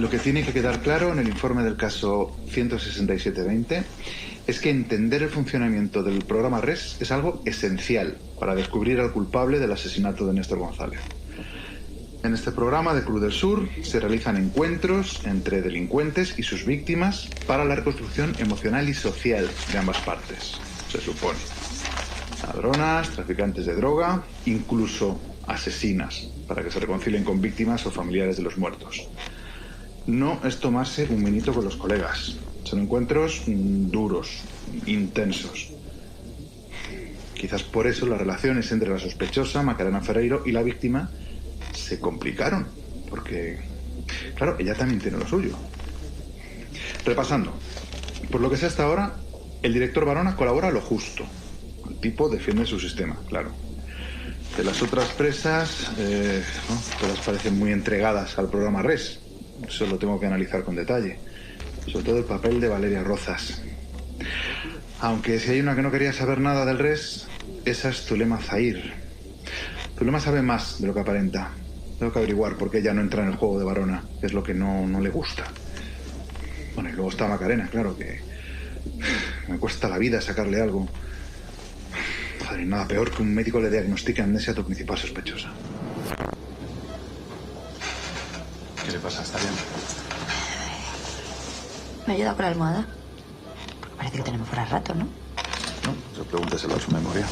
Lo que tiene que quedar claro en el informe del caso 16720 es que entender el funcionamiento del programa RES es algo esencial para descubrir al culpable del asesinato de Néstor González. En este programa de Cruz del Sur se realizan encuentros entre delincuentes y sus víctimas para la reconstrucción emocional y social de ambas partes, se supone. Ladronas, traficantes de droga, incluso asesinas, para que se reconcilien con víctimas o familiares de los muertos. No es tomarse un vinito con los colegas. Son encuentros duros, intensos. Quizás por eso las relaciones entre la sospechosa, Macarena Ferreiro, y la víctima se complicaron. Porque, claro, ella también tiene lo suyo. Repasando. Por lo que sé hasta ahora, el director Barona colabora lo justo. El tipo defiende su sistema, claro. De las otras presas, todas parecen muy entregadas al programa RES. Eso lo tengo que analizar con detalle. Sobre todo el papel de Valeria Rozas. Aunque si hay una que no quería saber nada del RES, esa es Zulema Zahir. Zulema sabe más de lo que aparenta. Tengo que averiguar por qué ella no entra en el juego de Barona, que es lo que no le gusta. Bueno, y luego está Macarena, claro, que me cuesta la vida sacarle algo. Joder, nada peor que un médico le diagnostique amnesia a tu principal sospechosa. ¿Qué le pasa? ¿Está bien? ¿Me ayuda con la almohada? Porque parece que tenemos fuera rato, ¿no? No, eso pregúnteselo a su memoria.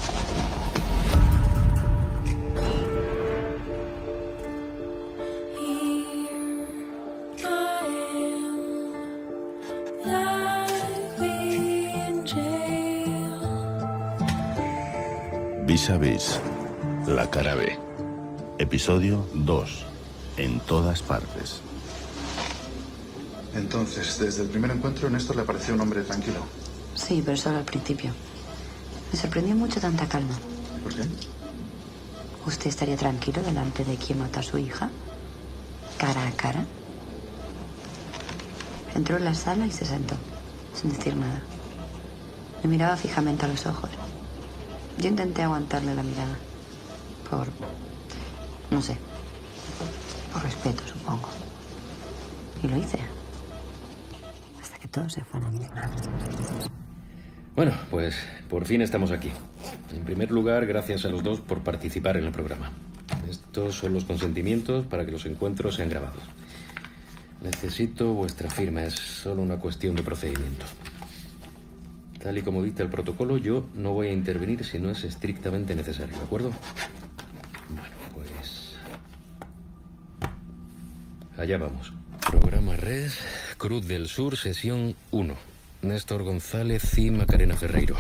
Vis a vis, la cara B. Episodio 2. En todas partes. Entonces, desde el primer encuentro, Néstor le pareció un hombre tranquilo. Sí, pero solo al principio. Me sorprendió mucho tanta calma. ¿Por qué? ¿Usted estaría tranquilo delante de quien mató a su hija? Cara a cara. Entró en la sala y se sentó, sin decir nada. Me miraba fijamente a los ojos. Yo intenté aguantarle la mirada. No sé. Por respeto, supongo. Y lo hice. Hasta que todo se fue a la mierda. Bueno, pues por fin estamos aquí. En primer lugar, gracias a los dos por participar en el programa. Estos son los consentimientos para que los encuentros sean grabados. Necesito vuestra firma, es solo una cuestión de procedimiento. Tal y como dicta el protocolo, yo no voy a intervenir si no es estrictamente necesario, ¿de acuerdo? Bueno, pues... allá vamos. Programa RES, Cruz del Sur, sesión 1. Néstor González y Macarena Ferreiro.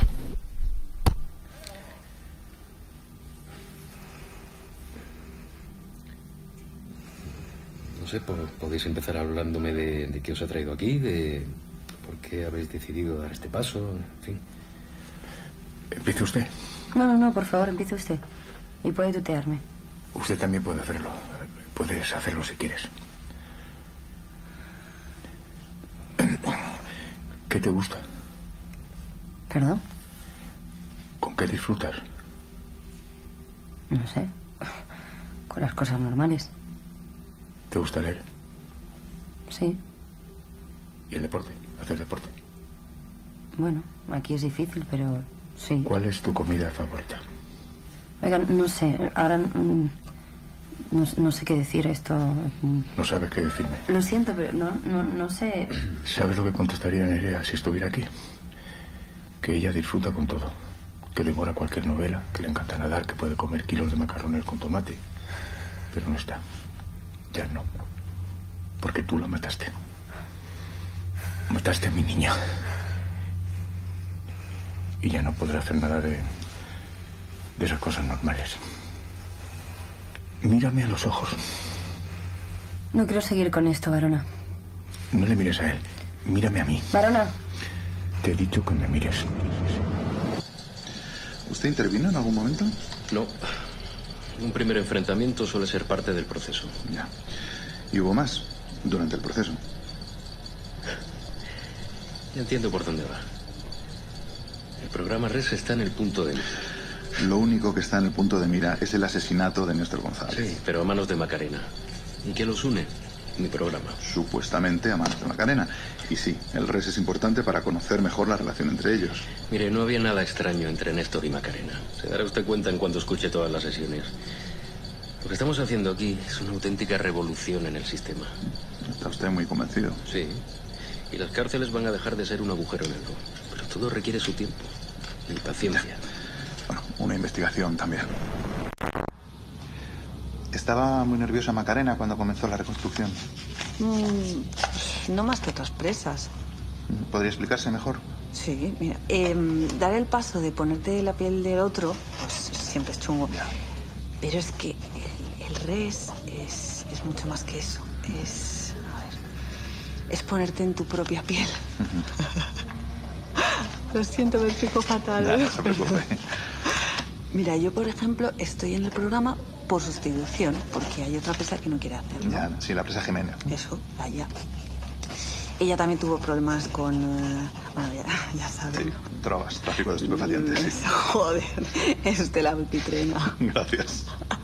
No sé, podéis empezar hablándome de qué os ha traído aquí, de por qué habéis decidido dar este paso, en fin. ¿Empiece usted? No, por favor, empiece usted. Y puede tutearme. Usted también puede hacerlo. Puedes hacerlo si quieres. ¿Qué te gusta? ¿Perdón? ¿Con qué disfrutas? No sé. Con las cosas normales. ¿Te gusta leer? Sí. ¿Y el deporte? ¿Hacer deporte? Bueno, aquí es difícil, pero sí. ¿Cuál es tu comida favorita? Oiga, no sé. Ahora no sé qué decir esto. No sabes qué decirme. Lo siento, pero no sé. ¿Sabes lo que contestaría Nerea si estuviera aquí? Que ella disfruta con todo. Que devora cualquier novela, que le encanta nadar, que puede comer kilos de macarrones con tomate. Pero no está. Ya no. Porque tú la mataste. Mataste a mi niña. Y ya no podrá hacer nada de esas cosas normales. Mírame a los ojos. No quiero seguir con esto, Barona. No le mires a él. Mírame a mí. Barona. Te he dicho que me mires. ¿Usted intervino en algún momento? No. Un primer enfrentamiento suele ser parte del proceso. Ya. ¿Y hubo más durante el proceso? Ya entiendo por dónde va. El programa RES está en el punto de mira. Lo único que está en el punto de mira es el asesinato de Néstor González. Sí, pero a manos de Macarena. ¿Y qué los une? mi programa. Supuestamente a manos de Macarena. Y sí, el res es importante para conocer mejor la relación entre ellos. Mire, no había nada extraño entre Néstor y Macarena. Se dará usted cuenta en cuanto escuche todas las sesiones. Lo que estamos haciendo aquí es una auténtica revolución en el sistema. Está usted muy convencido. Sí. Y las cárceles van a dejar de ser un agujero negro. Pero todo requiere su tiempo y paciencia. Bueno, una investigación también. Estaba muy nerviosa Macarena cuando comenzó la reconstrucción. No más que otras presas. ¿Podría explicarse mejor? Sí, mira, dar el paso de ponerte la piel del otro, pues siempre es chungo. Ya. Pero es que el res es mucho más que eso. Es ponerte en tu propia piel. Lo siento, me explico fatal. Ya, no se preocupe. Mira, yo, por ejemplo, estoy en el programa por sustitución, porque hay otra presa que no quiere hacerlo. Ya, sí, la presa Jiménez. Eso, vaya. Ella también tuvo problemas con... bueno, ya sabes. Sí, drogas, tráfico de estupefacientes. Sí. Joder, es de la multitrena. Gracias.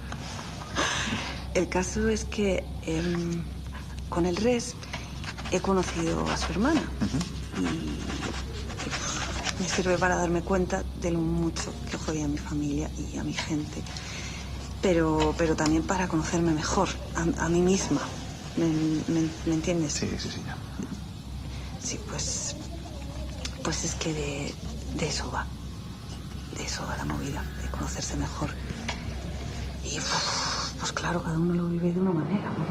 El caso es que con el res he conocido a su hermana. Y me sirve para darme cuenta de lo mucho que jodía a mi familia y a mi gente. Pero también para conocerme mejor, a mí misma. ¿Me entiendes? Sí, ya. Sí, pues es que de eso va. De eso va la movida, de conocerse mejor. Y pues claro, cada uno lo vive de una manera, ¿no?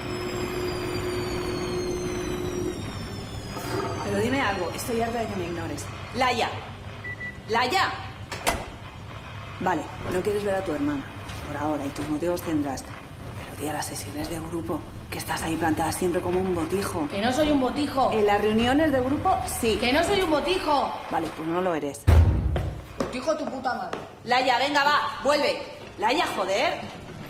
Pero dime algo, estoy harta de que me ignores. ¡Laia! ¡Laia! Vale, no quieres ver a tu hermana por ahora y tus motivos tendrás. Pero tía, las sesiones de grupo, que estás ahí plantada siempre como un botijo. Que no soy un botijo. En las reuniones de grupo, sí. Que no soy un botijo. Vale, pues no lo eres. Botijo tu puta madre. Laia, venga, va, vuelve. Laia, joder.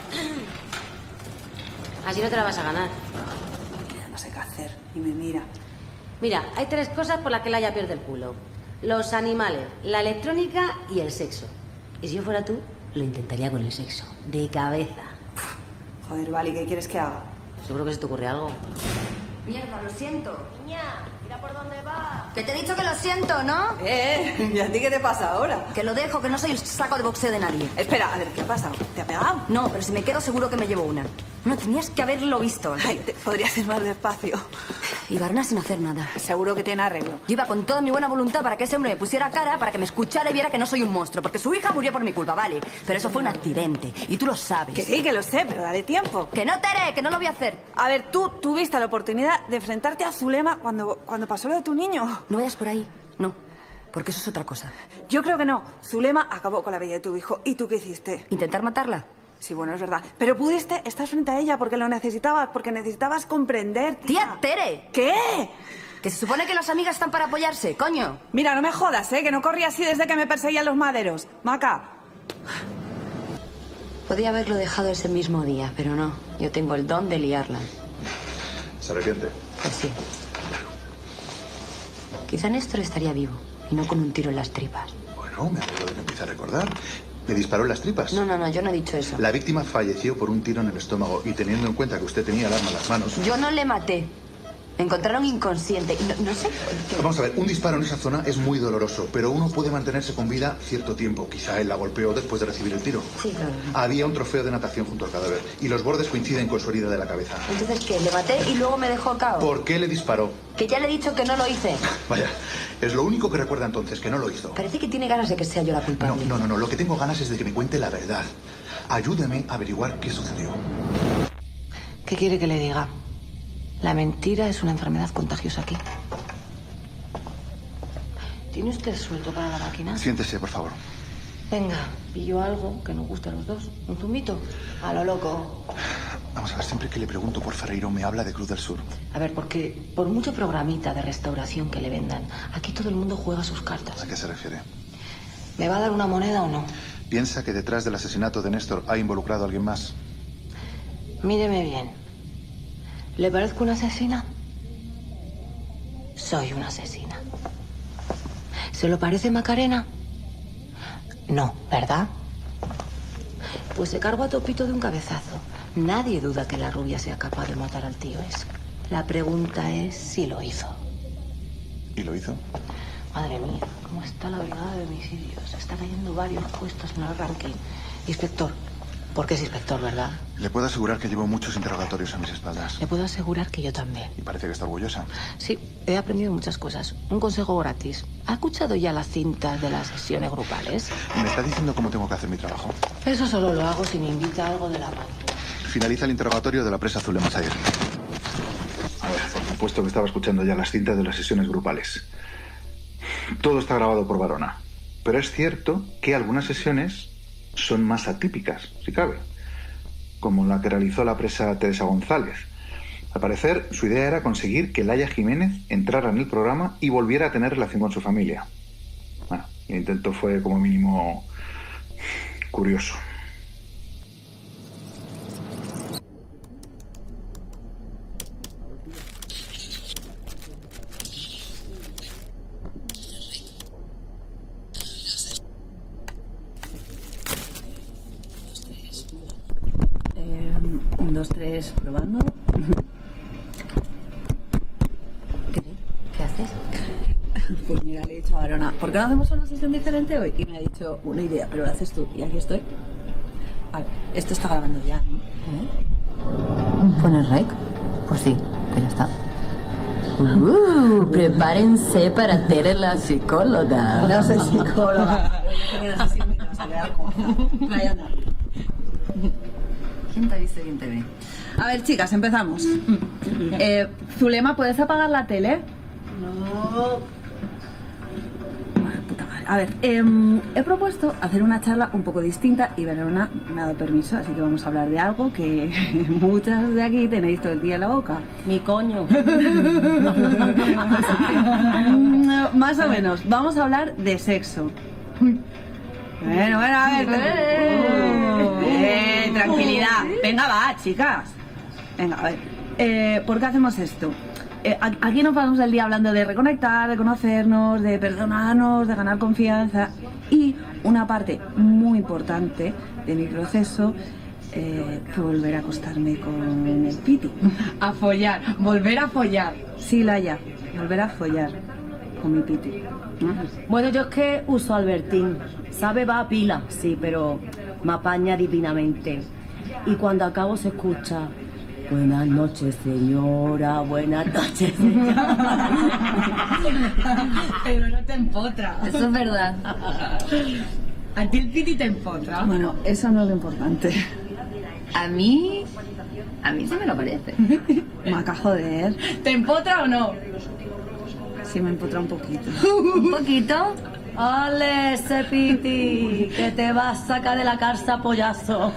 Así no te la vas a ganar. Ya no sé qué hacer, y me mira. Mira, hay 3 cosas por las que Laia pierde el culo. Los animales, la electrónica y el sexo. Y si yo fuera tú, lo intentaría con el sexo. De cabeza. Joder, vale, ¿qué quieres que haga? Seguro que se te ocurre algo. Mierda, lo siento. Niña, mira por dónde va. Que te he dicho que lo siento, ¿no? ¿Y a ti qué te pasa ahora? Que lo dejo, que no soy el saco de boxeo de nadie. Espera, a ver, ¿qué pasa? ¿Te ha pegado? No, pero si me quedo seguro que me llevo una. No, tenías que haberlo visto. Ay, podrías ir más despacio. Y Barna sin hacer nada. Seguro que tiene arreglo. Yo iba con toda mi buena voluntad para que ese hombre me pusiera cara, para que me escuchara y viera que no soy un monstruo, porque su hija murió por mi culpa, vale. Pero eso fue un accidente, y tú lo sabes. Que sí, que lo sé, pero dale tiempo. Que no, Tere, que no lo voy a hacer. A ver, tú tuviste la oportunidad de enfrentarte a Zulema cuando pasó lo de tu niño. No vayas por ahí, no, porque eso es otra cosa. Yo creo que no. Zulema acabó con la vida de tu hijo. ¿Y tú qué hiciste? ¿Intentar matarla? Sí, bueno, es verdad. Pero pudiste estar frente a ella porque lo necesitabas, porque necesitabas comprender. ¡Tía, Tere! ¿Qué? Que se supone que las amigas están para apoyarse, coño. Mira, no me jodas, que no corrí así desde que me perseguían los maderos. Maca. Podía haberlo dejado ese mismo día, pero no. Yo tengo el don de liarla. ¿Se arrepiente? Pues sí. Quizá Néstor estaría vivo y no con un tiro en las tripas. Bueno, me alegro de que empiece a recordar. ¿Me disparó en las tripas? No, yo no he dicho eso. La víctima falleció por un tiro en el estómago y teniendo en cuenta que usted tenía el arma en las manos... Yo no le maté. Me encontraron inconsciente. No sé por qué. Vamos a ver, un disparo en esa zona es muy doloroso, pero uno puede mantenerse con vida cierto tiempo. Quizá él la golpeó después de recibir el tiro. Sí, claro. Había un trofeo de natación junto al cadáver y los bordes coinciden con su herida de la cabeza. Entonces, ¿qué? ¿Le maté y luego me dejó cao? ¿Por qué le disparó? Que ya le he dicho que no lo hice. Vaya, es lo único que recuerda entonces, que no lo hizo. Parece que tiene ganas de que sea yo la culpable. No, lo que tengo ganas es de que me cuente la verdad. Ayúdeme a averiguar qué sucedió. ¿Qué quiere que le diga? La mentira es una enfermedad contagiosa aquí. ¿Tiene usted suelto para la máquina? Siéntese, por favor. Venga, pillo algo que nos guste a los dos. ¿Un zumito? A lo loco. Vamos a ver, siempre que le pregunto por Ferreiro me habla de Cruz del Sur. A ver, porque por mucho programita de restauración que le vendan, aquí todo el mundo juega sus cartas. ¿A qué se refiere? ¿Me va a dar una moneda o no? ¿Piensa que detrás del asesinato de Néstor ha involucrado a alguien más? Míreme bien. ¿Le parezco una asesina? Soy una asesina. ¿Se lo parece Macarena? No, ¿verdad? Pues se cargó a Topito de un cabezazo. Nadie duda que la rubia sea capaz de matar al tío ese. La pregunta es si lo hizo. ¿Y lo hizo? Madre mía, ¿cómo está la brigada de homicidios? Está cayendo varios puestos en el ranking. Inspector. Porque es inspector, ¿verdad? Le puedo asegurar que llevo muchos interrogatorios a mis espaldas. Le puedo asegurar que yo también. Y parece que está orgullosa. Sí, he aprendido muchas cosas. Un consejo gratis. ¿Ha escuchado ya las cintas de las sesiones grupales? ¿Me está diciendo cómo tengo que hacer mi trabajo? Eso solo lo hago si me invita algo de la voz. Finaliza el interrogatorio de la presa Zulema Sayer. A ver, por supuesto que estaba escuchando ya las cintas de las sesiones grupales. Todo está grabado por Varona. Pero es cierto que algunas sesiones son más atípicas, si cabe, como la que realizó la presa Teresa González. Al parecer, su idea era conseguir que Laia Jiménez entrara en el programa y volviera a tener relación con su familia. Bueno, el intento fue como mínimo curioso. Un, dos, tres, probando. ¿Qué haces? Pues mira, le he dicho a Varona, ¿por qué no hacemos una sesión diferente hoy? Y me ha dicho, una idea, pero lo haces tú. Y aquí estoy. A ver, esto está grabando ya, ¿no? ¿Pones rec? Pues sí, que ya está. Prepárense para hacer la psicóloga. No soy psicóloga. ¿Quién te dice quién te ve? A ver, chicas, empezamos. Zulema, ¿puedes apagar la tele? No. Bueno, puta madre. A ver, he propuesto hacer una charla un poco distinta y Verona me ha dado permiso, así que vamos a hablar de algo que muchas de aquí tenéis todo el día en la boca. Mi coño. Más o menos. Vamos a hablar de sexo. Bueno, a ver. Tranquilidad. Venga, va, chicas. Venga, a ver. ¿Por qué hacemos esto? Aquí nos pasamos el día hablando de reconectar, de conocernos, de perdonarnos, de ganar confianza. Y una parte muy importante de mi proceso fue volver a acostarme con el Piti. A follar, volver a follar. Sí, Laia, volver a follar con mi Piti. Bueno, yo es que uso Albertín. Sabe, va a pila, sí, pero me apaña divinamente. Y cuando acabo se escucha: buenas noches, señora, buenas noches, señora. Pero no te empotra. Eso es verdad. A ti el Piti te empotra. Bueno, eso no es lo importante. A mí sí me lo parece. Maca, joder. ¿Te empotra o no? Sí, me empotra un poquito. ¿Un poquito? ¡Ole, ese Piti! Que te va a sacar de la cárcel a pollazo.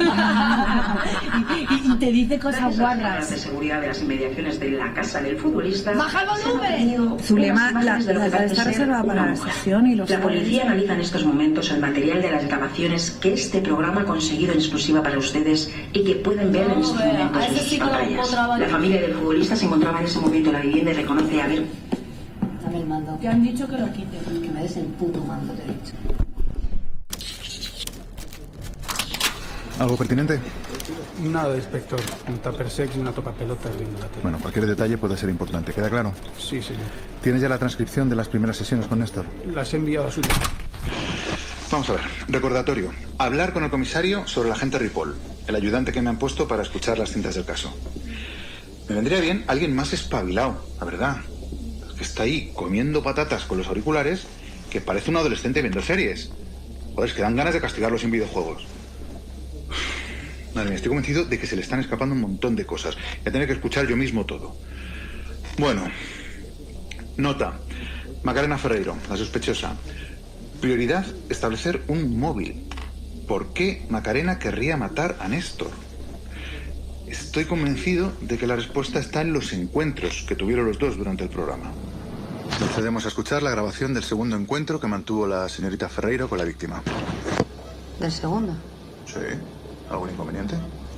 y te dice cosas guarras. De seguridad de las inmediaciones de la casa del futbolista. ¡Baja el volumen! Zulema, la sala está reservada para la sesión y los... La policía analiza en estos momentos el material de las grabaciones que este programa ha conseguido en exclusiva para ustedes y que pueden ver en estos momentos en sus pantallas. La familia del futbolista se encontraba en ese momento en la vivienda y reconoce haber... Dame el mando. Te han dicho que lo quites. Que me des el puto mando, te he dicho. ¿Algo pertinente? Nada, inspector. Un tuppersex y una tocapelotas viendo la tele. Bueno, cualquier detalle puede ser importante. ¿Queda claro? Sí, señor. ¿Tienes ya la transcripción de las primeras sesiones con Néstor? Las he enviado a su... Vamos a ver. Recordatorio. Hablar con el comisario sobre el agente Ripoll, el ayudante que me han puesto para escuchar las cintas del caso. Me vendría bien alguien más espabilado, la verdad. Que está ahí comiendo patatas con los auriculares, que parece un adolescente viendo series. Joder, es que dan ganas de castigarlo sin videojuegos. Madre mía, estoy convencido de que se le están escapando un montón de cosas. Voy a tener que escuchar yo mismo todo. Bueno, nota. Macarena Ferreiro, la sospechosa. Prioridad, establecer un móvil. ¿Por qué Macarena querría matar a Néstor? Estoy convencido de que la respuesta está en los encuentros que tuvieron los dos durante el programa. Procedemos a escuchar la grabación del segundo encuentro que mantuvo la señorita Ferreiro con la víctima. ¿Del segundo? Sí. ¿Algún inconveniente?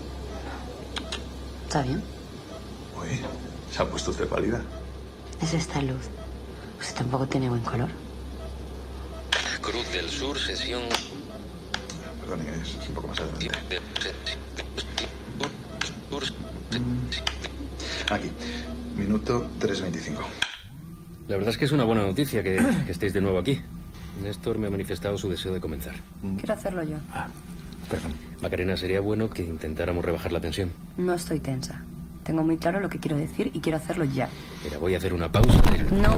Está bien. Uy, se ha puesto usted pálida. Es esta luz. Usted tampoco tiene buen color. Cruz del Sur, sesión... Perdón, es un poco más adelante. Aquí, minuto 3:25. La verdad es que es una buena noticia que estéis de nuevo aquí. Néstor me ha manifestado su deseo de comenzar. Quiero hacerlo yo. Perdón. Macarena, sería bueno que intentáramos rebajar la tensión. No estoy tensa. Tengo muy claro lo que quiero decir y quiero hacerlo ya. Mira, voy a hacer una pausa. No.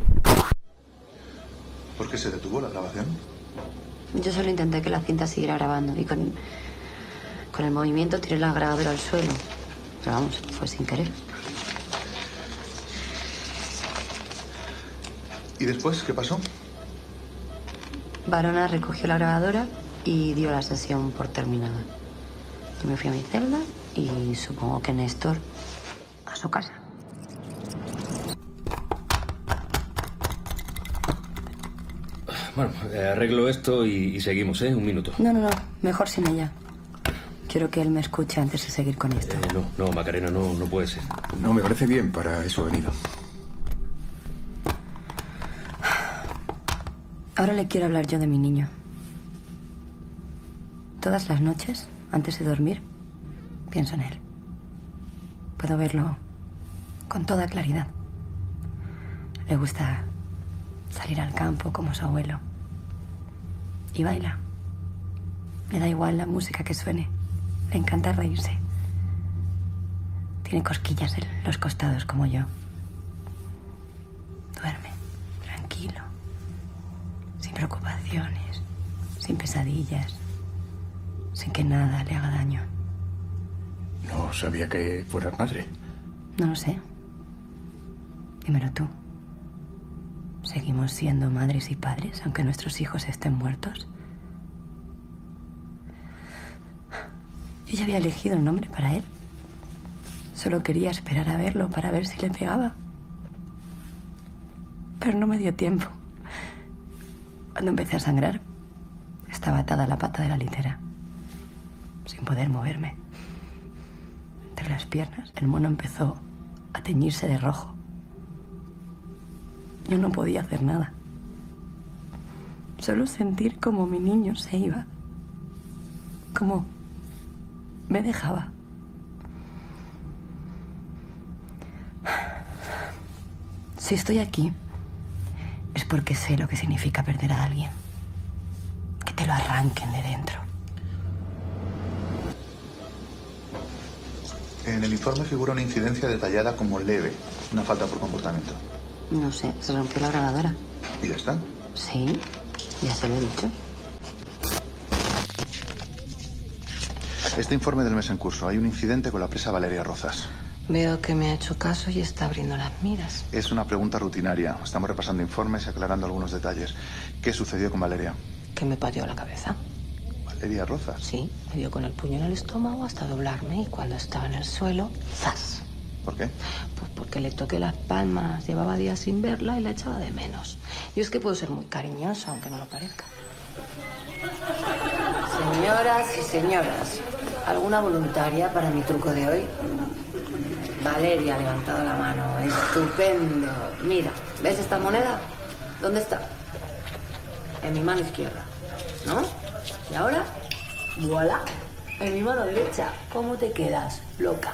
¿Por qué se detuvo la grabación? Yo solo intenté que la cinta siguiera grabando y con el movimiento tiré la grabadora al suelo. Pero vamos, fue sin querer. ¿Y después qué pasó? Varona recogió la grabadora y dio la sesión por terminada. Yo me fui a mi celda y supongo que Néstor a su casa. Bueno, arreglo esto y seguimos, ¿eh? Un minuto. No, mejor sin ella. Quiero que él me escuche antes de seguir con esto. No, Macarena, no puede ser. No, me parece bien, para eso he venido. Ahora le quiero hablar yo de mi niño. Todas las noches, antes de dormir, pienso en él. Puedo verlo con toda claridad. Le gusta salir al campo como su abuelo. Y baila. Le da igual la música que suene. Le encanta reírse. Tiene cosquillas en los costados como yo. Duerme, tranquilo. Sin preocupaciones, sin pesadillas, sin que nada le haga daño. No sabía que fueras madre. No lo sé. Dímelo tú. ¿Seguimos siendo madres y padres aunque nuestros hijos estén muertos? Yo ya había elegido el nombre para él. Solo quería esperar a verlo para ver si le pegaba. Pero no me dio tiempo. Cuando empecé a sangrar, estaba atada a la pata de la litera, sin poder moverme. Entre las piernas, el mono empezó a teñirse de rojo. Yo no podía hacer nada. Solo sentir cómo mi niño se iba. Cómo me dejaba. Si estoy aquí, es porque sé lo que significa perder a alguien. Que te lo arranquen de dentro. En el informe figura una incidencia detallada como leve, una falta por comportamiento. No sé, se rompió la grabadora. ¿Y ya está? Sí, ya se lo he dicho. Este informe del mes en curso. Hay un incidente con la presa Valeria Rozas. Veo que me ha hecho caso y está abriendo las miras. Es una pregunta rutinaria. Estamos repasando informes y aclarando algunos detalles. ¿Qué sucedió con Valeria? Que me pateó la cabeza. ¿Valeria Rozas? Sí, me dio con el puño en el estómago hasta doblarme y cuando estaba en el suelo, ¡zas! ¿Por qué? Pues porque le toqué las palmas, llevaba días sin verla y la echaba de menos. Yo es que puedo ser muy cariñosa, aunque no lo parezca. Señoras y señoras, ¿alguna voluntaria para mi truco de hoy? Valeria ha levantado la mano. Estupendo. Mira, ¿ves esta moneda? ¿Dónde está? En mi mano izquierda, ¿no? Y ahora, voilà, en mi mano derecha. ¿Cómo te quedas, loca?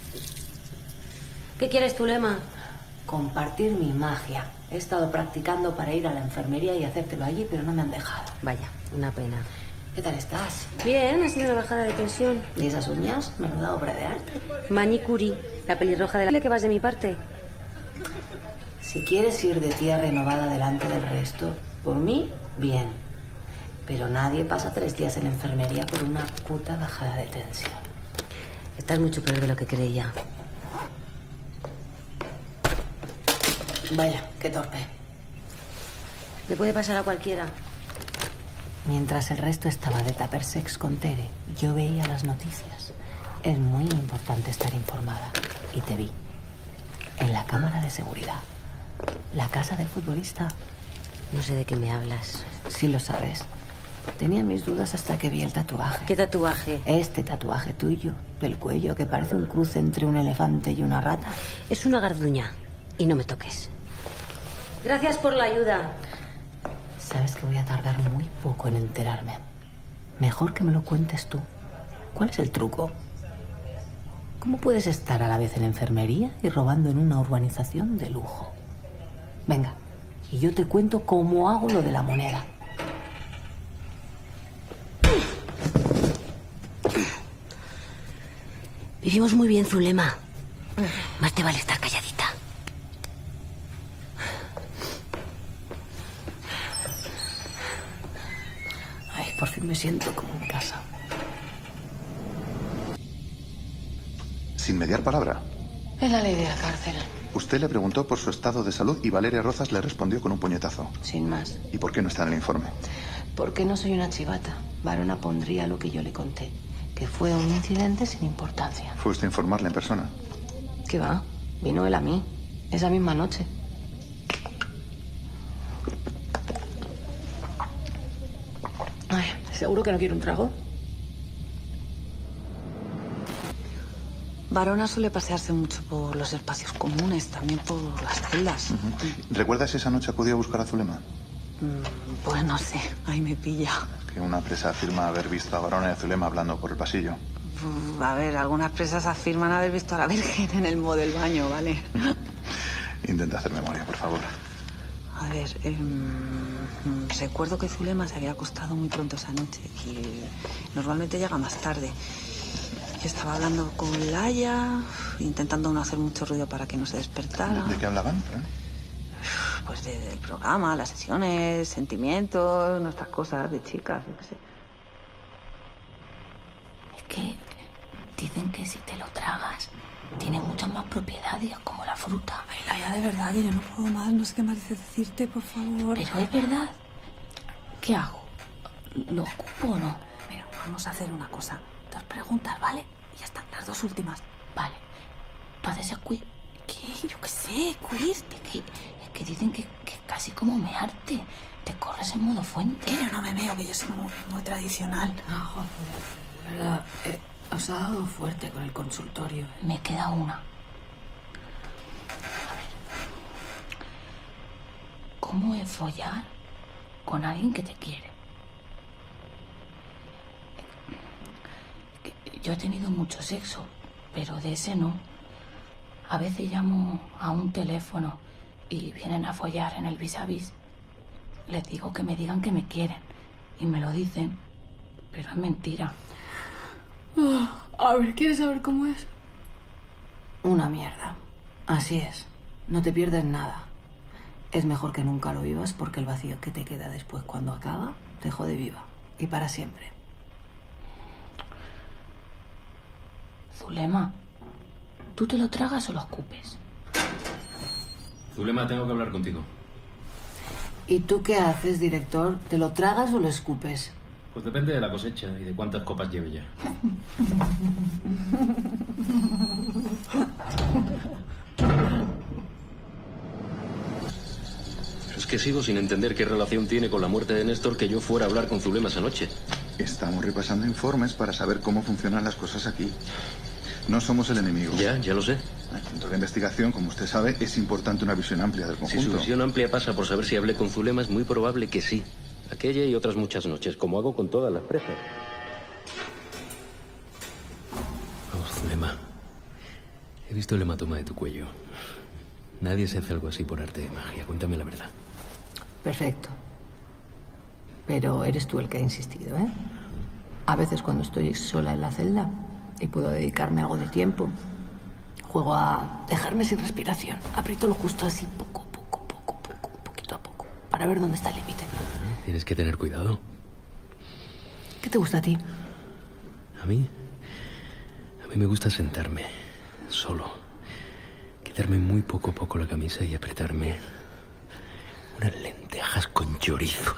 ¿Qué quieres tu lema? Compartir mi magia. He estado practicando para ir a la enfermería y hacértelo allí, pero no me han dejado. Vaya, una pena. ¿Qué tal estás? Bien, ha sido una bajada de tensión. ¿Y esas uñas? Menuda obra de arte. Manicuri, la pelirroja de la... que vas de mi parte. Si quieres ir de tía renovada delante del resto, por mí, bien. Pero nadie pasa 3 días en la enfermería por una puta bajada de tensión. Estás mucho peor de lo que creía. Vaya, qué torpe. Le puede pasar a cualquiera. Mientras el resto estaba de tupper sex con Tere, yo veía las noticias. Es muy importante estar informada. Y te vi. En la cámara de seguridad. La casa del futbolista. No sé de qué me hablas. Sí lo sabes. Tenía mis dudas hasta que vi el tatuaje. ¿Qué tatuaje? Este tatuaje tuyo, del cuello, que parece un cruce entre un elefante y una rata. Es una garduña. Y no me toques. Gracias por la ayuda. Sabes que voy a tardar muy poco en enterarme. Mejor que me lo cuentes tú. ¿Cuál es el truco? ¿Cómo puedes estar a la vez en enfermería y robando en una urbanización de lujo? Venga, y yo te cuento cómo hago lo de la moneda. Vivimos muy bien, Zulema. Más te vale estar calladita. Ay, por fin me siento como en casa. Sin mediar palabra. Es la ley de la cárcel. Usted le preguntó por su estado de salud y Valeria Rozas le respondió con un puñetazo. Sin más. ¿Y por qué no está en el informe? Porque no soy una chivata. Varona pondría lo que yo le conté. Que fue un incidente sin importancia. ¿Fue usted a informarle en persona? ¿Qué va? Vino él a mí. Esa misma noche. Ay, ¿seguro que no quiere un trago? Varona suele pasearse mucho por los espacios comunes, también por las celdas. ¿Recuerda si esa noche acudió a buscar a Zulema? Pues no sé, ahí me pilla. Que una presa afirma haber visto a Varona y a Zulema hablando por el pasillo. A ver, algunas presas afirman haber visto a la Virgen en el modo del baño, ¿vale? Intenta hacer memoria, por favor. A ver, recuerdo que Zulema se había acostado muy pronto esa noche y normalmente llega más tarde. Yo estaba hablando con Laia, intentando no hacer mucho ruido para que no se despertara. ¿De qué hablaban? Pues del programa, las sesiones, sentimientos, nuestras cosas de chicas, yo qué sé. Es que dicen que si te lo tragas, tiene muchas más propiedades, como la fruta. Ay, Laia, de verdad, que yo no puedo más, no sé qué más decirte, por favor. Pero es verdad. ¿Qué hago? ¿Lo ocupo o no? Mira, vamos a hacer una cosa. 2 preguntas, ¿vale? Y ya están, las 2 últimas. Vale. ¿Tú haces el quiz? ¿Qué? Yo qué sé, quiz. Es que dicen que casi como mearte. Te corres en modo fuente. Que yo no me meo, que yo soy muy tradicional. Ah, joder. ¿Verdad? Os ha dado fuerte con el consultorio. Me queda una. A ver. ¿Cómo es follar con alguien que te quiere? Yo he tenido mucho sexo, pero de ese no. A veces llamo a un teléfono y vienen a follar en el vis-a-vis. Les digo que me digan que me quieren y me lo dicen, pero es mentira. A ver, ¿quieres saber cómo es? Una mierda. Así es. No te pierdes nada. Es mejor que nunca lo vivas porque el vacío que te queda después cuando acaba te jode viva. Y para siempre. Zulema, ¿tú te lo tragas o lo escupes? Zulema, tengo que hablar contigo. ¿Y tú qué haces, director? ¿Te lo tragas o lo escupes? Pues depende de la cosecha y de cuántas copas lleve ya. Es que sigo sin entender qué relación tiene con la muerte de Néstor que yo fuera a hablar con Zulema esa noche. Estamos repasando informes para saber cómo funcionan las cosas aquí. No somos el enemigo. Ya lo sé. Dentro de la investigación, como usted sabe, es importante una visión amplia del conjunto. Si su visión amplia pasa por saber si hablé con Zulema, es muy probable que sí. Aquella y otras muchas noches, como hago con todas las presas. Vamos, Zulema. He visto el hematoma de tu cuello. Nadie se hace algo así por arte de magia. Cuéntame la verdad. Perfecto. Pero eres tú el que ha insistido, ¿eh? A veces cuando estoy sola en la celda y puedo dedicarme algo de tiempo, juego a dejarme sin respiración. Aprieto lo justo así, poquito a poco, para ver dónde está el límite. Tienes que tener cuidado. ¿Qué te gusta a ti? A mí me gusta sentarme, solo. Quitarme muy poco a poco la camisa y apretarme unas lentejas con chorizo.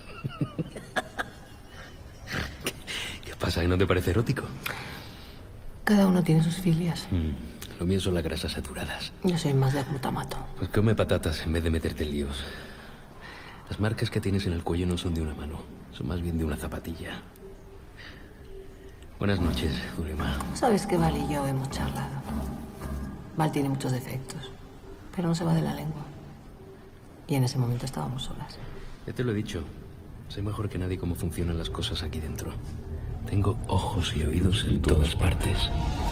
¿Qué pasa? ¿Que no te parece erótico? Cada uno tiene sus filias. Lo mío son las grasas saturadas. Yo soy más de glutamato. Pues come patatas en vez de meterte en líos. Las marcas que tienes en el cuello no son de una mano, son más bien de una zapatilla. Buenas noches, Zulema. Sabes que Val y yo hemos charlado. Val tiene muchos defectos, pero no se va de la lengua. Y en ese momento estábamos solas. Ya te lo he dicho. Sé mejor que nadie cómo funcionan las cosas aquí dentro. Tengo ojos y oídos en todas partes.